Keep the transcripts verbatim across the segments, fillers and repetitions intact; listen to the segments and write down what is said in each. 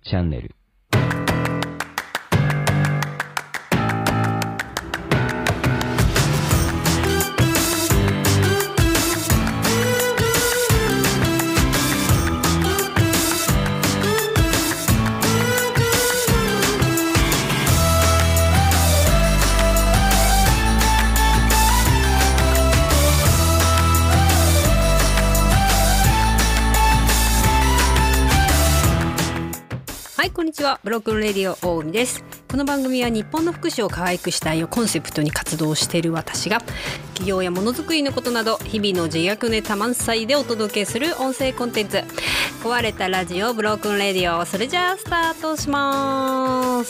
チャンネル。 はい、こんにちは。ブロークンレディオ大海です。この番組は日本の福祉を可愛くしたいをコンセプトに活動している私が企業やものづくりのことなど日々の自虐ネタ満載でお届けする音声コンテンツ、壊れたラジオブロークンレディオ。それじゃあスタートします。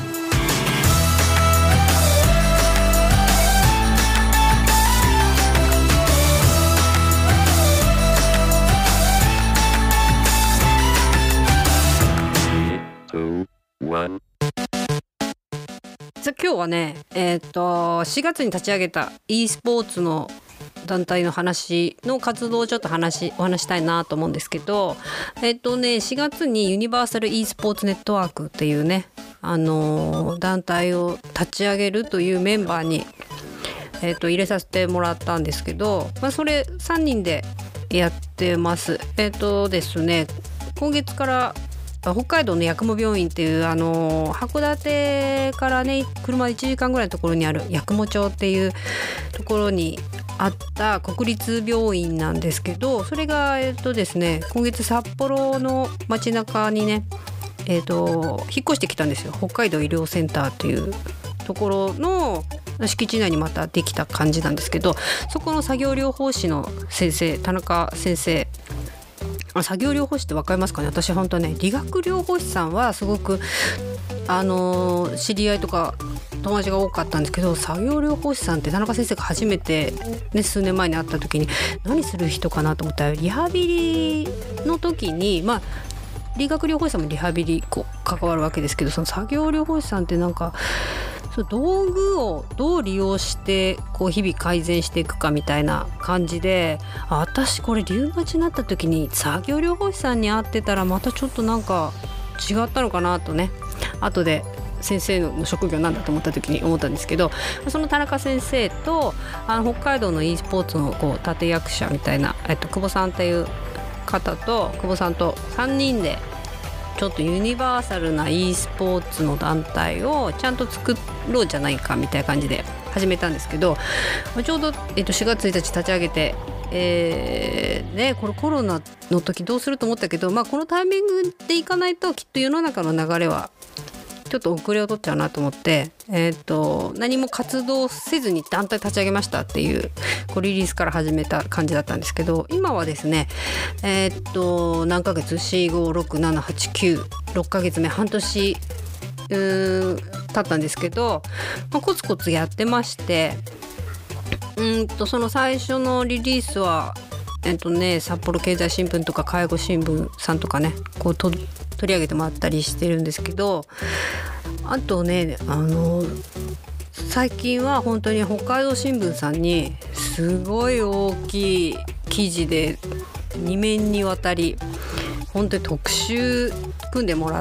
さあ今日はね、えー、としがつに立ち上げた e スポーツの団体の話の活動をちょっと話お話したいなと思うんですけど、えっ、とねしがつにユニバーサル e スポーツネットワークっていうね、あのー、団体を立ち上げるというメンバーに、えー、と入れさせてもらったんですけど、まあ、それさんにんでやってます。えっ、とですね今月から北海道の八雲病院っていう、あの函館からね車でいちじかんぐらいのところにある八雲町っていうところにあった国立病院なんですけど、それがえっとですね今月札幌の街中にねえっと引っ越してきたんですよ。北海道医療センターっていうところの敷地内にまたできた感じなんですけど、そこの作業療法士の先生田中先生、作業療法士って分かりますかね。私本当ね理学療法士さんはすごくあのー、知り合いとか友達が多かったんですけど、作業療法士さんって田中先生が初めて、ね、数年前に会った時に何する人かなと思ったらリハビリの時にまあ理学療法士さんもリハビリこう関わるわけですけど、その作業療法士さんってなんか道具をどう利用してこう日々改善していくかみたいな感じで、あ私これリウマチになった時に作業療法士さんに会ってたらまたちょっとなんか違ったのかなとね、後で先生の職業なんだと思った時に思ったんですけど、その田中先生とあの北海道の e スポーツのこう立役者みたいな、えっと、久保さんっていう方と久保さんとさんにんでちょっとユニバーサルな e スポーツの団体をちゃんと作ろうじゃないかみたいな感じで始めたんですけど、ちょうど、えっと、しがつついたち立ち上げて、えーね、これコロナの時どうすると思ったけど、まあ、このタイミングでいかないときっと世の中の流れはちょっと遅れを取っちゃうなと思って、えー、と何も活動せずに団体立ち上げましたっていう、こうリリースから始めた感じだったんですけど、今はですねえー、と何ヶ月 よん、ご、ろく、なな、はち、きゅう、ろっかげつめ半年うーん経ったんですけど、まあ、コツコツやってまして、うんとその最初のリリースはえっとね札幌経済新聞とか介護新聞さんとかねこうと取り上げてもらったりしてるんですけど、あとねあの最近は本当に北海道新聞さんにすごい大きい記事でに面にわたり本当に特集組んでもらって、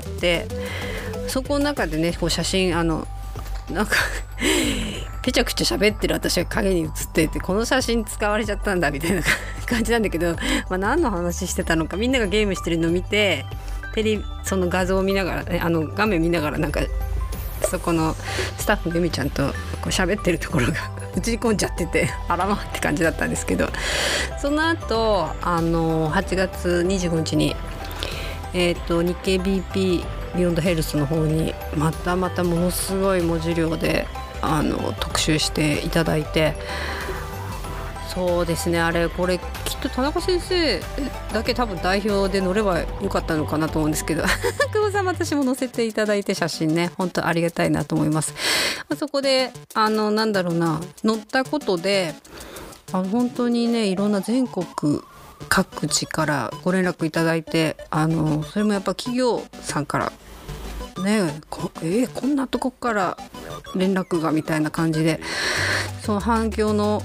そこの中でねこう写真あのなんかぺちゃくちゃ喋ってる私が影に映っていて、この写真使われちゃったんだみたいな感じなんだけど、まあ、何の話してたのかみんながゲームしてるのを見てテレビその画像を見ながら、ね、あの画面見ながらなんかそこのスタッフのゆみちゃんとこう喋ってるところが映り込んじゃっててあらまって感じだったんですけど、その後あのはちがつにじゅうごにちに、えー、と日経 ビーピー ビヨンドヘルスの方にまたまたものすごい文字量であの特集していただいて、そうですねあれこれきっと田中先生だけ多分代表で乗ればよかったのかなと思うんですけど久保さん私も載せていただいて写真ね本当ありがたいなと思います。そこであのなんだろうな乗ったことであの本当にねいろんな全国各地からご連絡いただいて、あのそれもやっぱ企業さんからねこえー、こんなとこから連絡がみたいな感じで、その反響の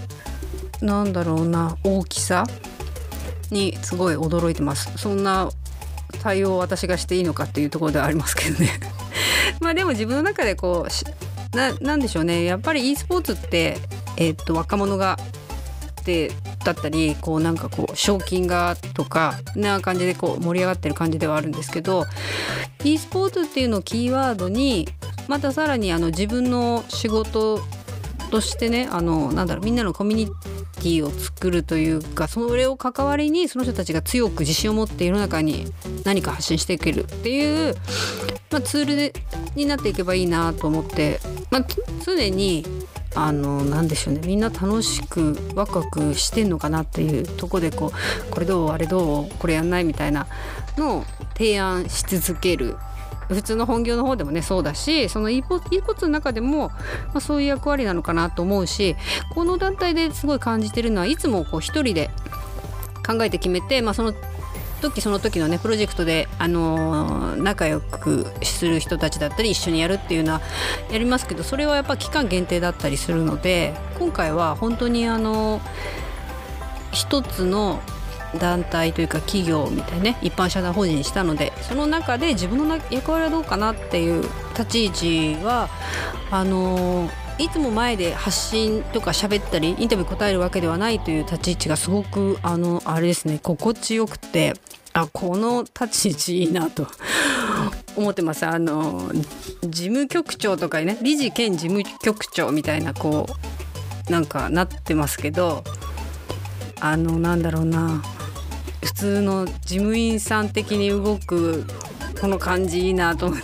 なんだろうな大きさにすごい驚いてます。そんな対応を私がしていいのかっていうところではありますけどねまあでも自分の中でこう な, なんでしょうね、やっぱり e スポーツって、えー、っと若者がでだったりこうなんかこう賞金がとかな感じでこう盛り上がってる感じではあるんですけど、 e スポーツっていうのをキーワードにまたさらにあの自分の仕事としてね、あのなんだろうみんなのコミュニティを作るというか、それを関わりにその人たちが強く自信を持って世の中に何か発信していけるっていう、まあ、ツールでになっていけばいいなと思って、まあ、常にあのなんでしょうね、みんな楽しくワクワクしてんのかなっていうとこでこうこれどうあれどうこれやんないみたいなのを提案し続ける。普通の本業の方でもねそうだし、その e スポーツの中でも、まあ、そういう役割なのかなと思うし、この団体ですごい感じてるのはいつもこう一人で考えて決めて、まあ、その時その時のねプロジェクトで、あのー、仲良くする人たちだったり一緒にやるっていうのはやりますけど、それはやっぱ期間限定だったりするので、今回は本当にあのー、一つの団体というか企業みたいなね一般社団法人にしたので、その中で自分の役割はどうかなっていう立ち位置はあのーいつも前で発信とか喋ったりインタビュー答えるわけではないという立ち位置がすごくあのあれですね、心地よくて、あこの立ち位置いいなと思ってます。あの事務局長とかね、理事兼事務局長みたいなこうなんかなってますけど、あのなんだろうな、普通の事務員さん的に動くこの感じいいなと思って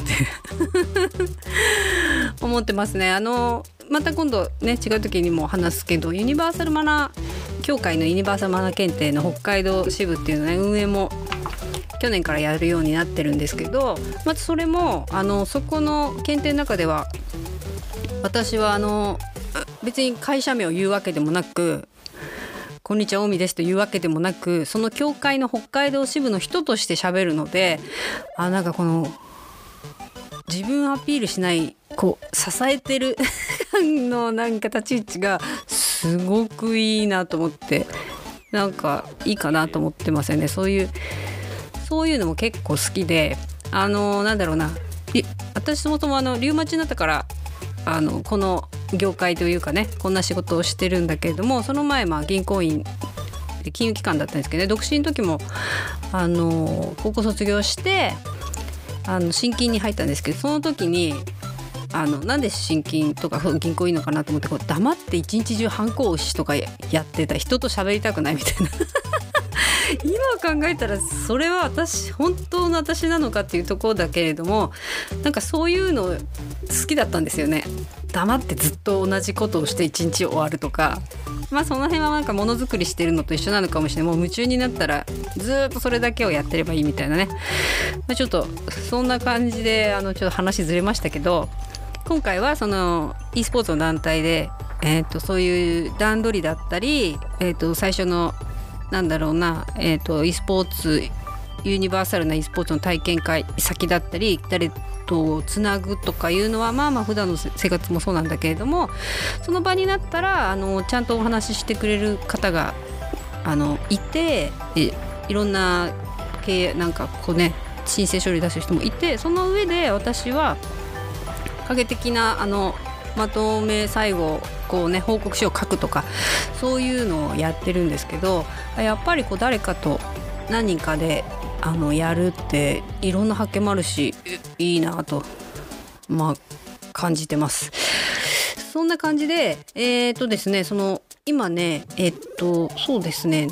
思ってますね。あのまた今度ね違う時にも話すけど、ユニバーサルマナー協会のユニバーサルマナー検定の北海道支部っていうのね運営も去年からやるようになってるんですけど、まずそれもあのそこの検定の中では私はあの別に会社名を言うわけでもなく、こんにちは大見ですというわけでもなく、その協会の北海道支部の人として喋るので、あなんかこの自分アピールしないこう支えてるのなんか立ち位置がすごくいいなと思って、なんかいいかなと思ってますよね。そういうそういうのも結構好きで、あのなんだろうな、私そもそもあのリウマチになったからあのこの業界というかねこんな仕事をしてるんだけれども、その前まあ銀行員で金融機関だったんですけどね、独身の時もあの高校卒業してあの新金に入ったんですけど、その時にあのなんで新金とか銀行いいのかなと思って、こう黙って一日中ハンコ押しとかやってた、人と喋りたくないみたいな今考えたらそれは私本当の私なのかっていうところだけれども、なんかそういうの好きだったんですよね。黙ってずっと同じことをして一日終わるとか、まあその辺はなんかものづくりしてるのと一緒なのかもしれない。もう夢中になったらずっとそれだけをやってればいいみたいなね、まあ、ちょっとそんな感じであのちょっと話ずれましたけど、今回はその e スポーツの団体で、えー、とそういう段取りだったり、えー、と最初のなんだろうな、えー、と e スポーツユニバーサルな e スポーツの体験会先だったり誰とつなぐとかいうのはまあまあ普段の生活もそうなんだけれども、その場になったらあのちゃんとお話ししてくれる方があのいて、えいろんな経営なんかこうね申請書類出す人もいて、その上で私は影的なあのまとめ最後こうね報告書を書くとかそういうのをやってるんですけど、やっぱりこう誰かと何人かであのやるっていろんな発見もあるしいいなとまあ感じてます。そんな感じでえっとですねその今ねえっとそうですね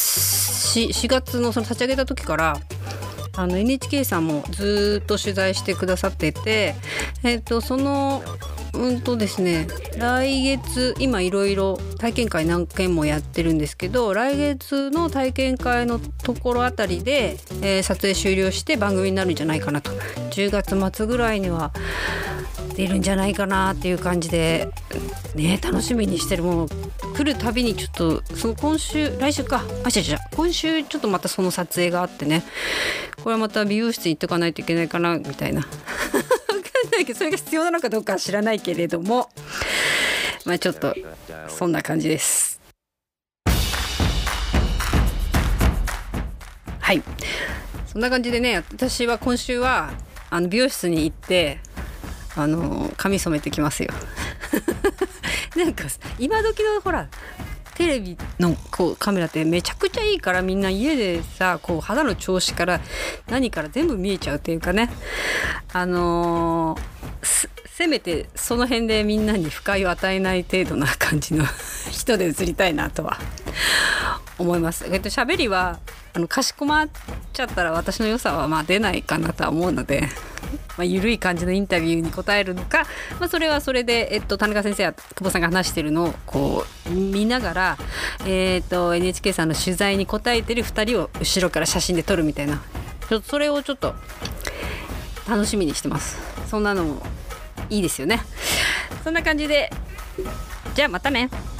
4, 4月のその立ち上げた時からあの エヌエイチケー さんもずっと取材してくださってて、えっとそのうんとですね来月今いろいろ体験会何件もやってるんですけど、来月の体験会のところあたりで、えー、撮影終了して番組になるんじゃないかなと、じゅうがつ末ぐらいには出るんじゃないかなっていう感じでね楽しみにしてる。もう来るたびにちょっとその今週来週かあ違う違う今週ちょっとまたその撮影があってね、これはまた美容室に行っておかないといけないかなみたいな分かんないけどそれが必要なのかどうかは知らないけれども、まあちょっとそんな感じです。はいそんな感じでね、私は今週はあの美容室に行ってあの髪染めてきますよなんか今時のほらテレビのこうカメラってめちゃくちゃいいから、みんな家でさこう肌の調子から何から全部見えちゃうっていうかね、あのー、せめてその辺でみんなに不快を与えない程度な感じの人で映りたいなとは思います。えっと喋りはあのかしこまっちゃったら私の良さはまあ出ないかなとは思うので、まあ、緩い感じのインタビューに答えるのか、まあ、それはそれで、えっと、田中先生や久保さんが話してるのをこう見ながら、えっと、エヌエイチケー さんの取材に答えてるふたりを後ろから写真で撮るみたいな、ちょっとそれをちょっと楽しみにしてます。そんなのもいいですよね。そんな感じでじゃあまたね。